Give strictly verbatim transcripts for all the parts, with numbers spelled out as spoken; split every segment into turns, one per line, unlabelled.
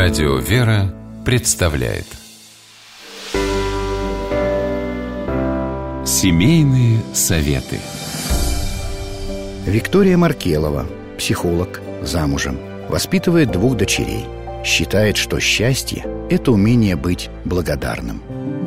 Радио «Вера» представляет Семейные советы.
Виктория Маркелова, психолог, замужем, воспитывает двух дочерей. Считает, что счастье – это умение быть благодарным.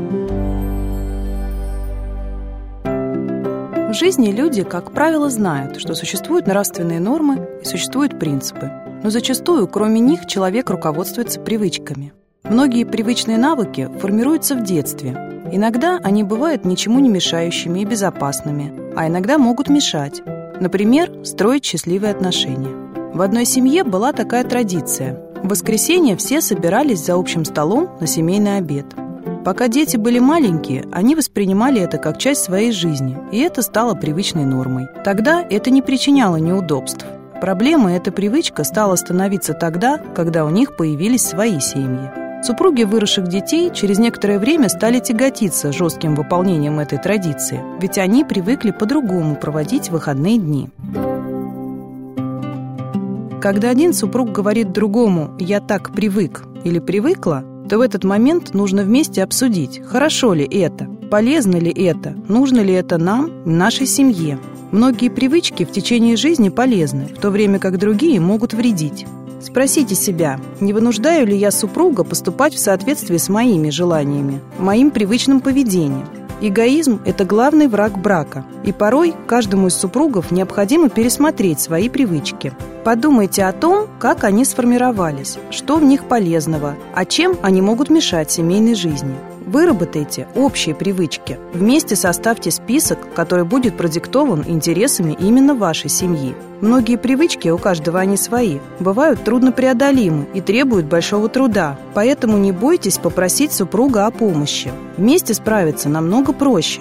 В жизни люди, как правило, знают, что существуют нравственные нормы и существуют принципы. Но зачастую, кроме них, человек руководствуется привычками. Многие привычные навыки формируются в детстве. Иногда они бывают ничему не мешающими и безопасными, а иногда могут мешать. Например, строить счастливые отношения. В одной семье была такая традиция. В воскресенье все собирались за общим столом на семейный обед. Пока дети были маленькие, они воспринимали это как часть своей жизни, и это стало привычной нормой. Тогда это не причиняло неудобств. Проблемой эта привычка стала становиться тогда, когда у них появились свои семьи. Супруги выросших детей через некоторое время стали тяготиться жестким выполнением этой традиции, ведь они привыкли по-другому проводить выходные дни. Когда один супруг говорит другому «я так привык» или «привыкла», то в этот момент нужно вместе обсудить, хорошо ли это, полезно ли это, нужно ли это нам, нашей семье. Многие привычки в течение жизни полезны, в то время как другие могут вредить. Спросите себя, не вынуждаю ли я супруга поступать в соответствии с моими желаниями, моим привычным поведением. Эгоизм – это главный враг брака, и порой каждому из супругов необходимо пересмотреть свои привычки. Подумайте о том, как они сформировались, что в них полезного, а чем они могут мешать семейной жизни. Выработайте общие привычки. Вместе составьте список, который будет продиктован интересами именно вашей семьи. Многие привычки, у каждого они свои, бывают труднопреодолимы и требуют большого труда, поэтому не бойтесь попросить супруга о помощи. Вместе справиться намного проще.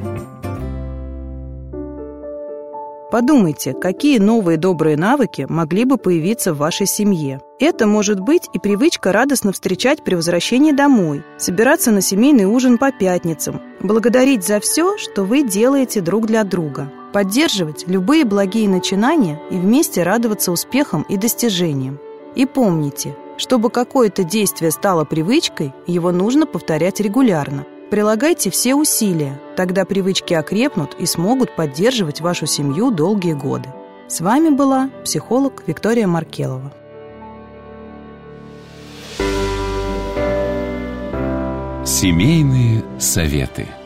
Подумайте, какие новые добрые навыки могли бы появиться в вашей семье. Это может быть и привычка радостно встречать при возвращении домой, собираться на семейный ужин по пятницам, благодарить за все, что вы делаете друг для друга, поддерживать любые благие начинания и вместе радоваться успехам и достижениям. И помните, чтобы какое-то действие стало привычкой, его нужно повторять регулярно. Прилагайте все усилия, тогда привычки окрепнут и смогут поддерживать вашу семью долгие годы. С вами была психолог Виктория Маркелова.
Семейные советы.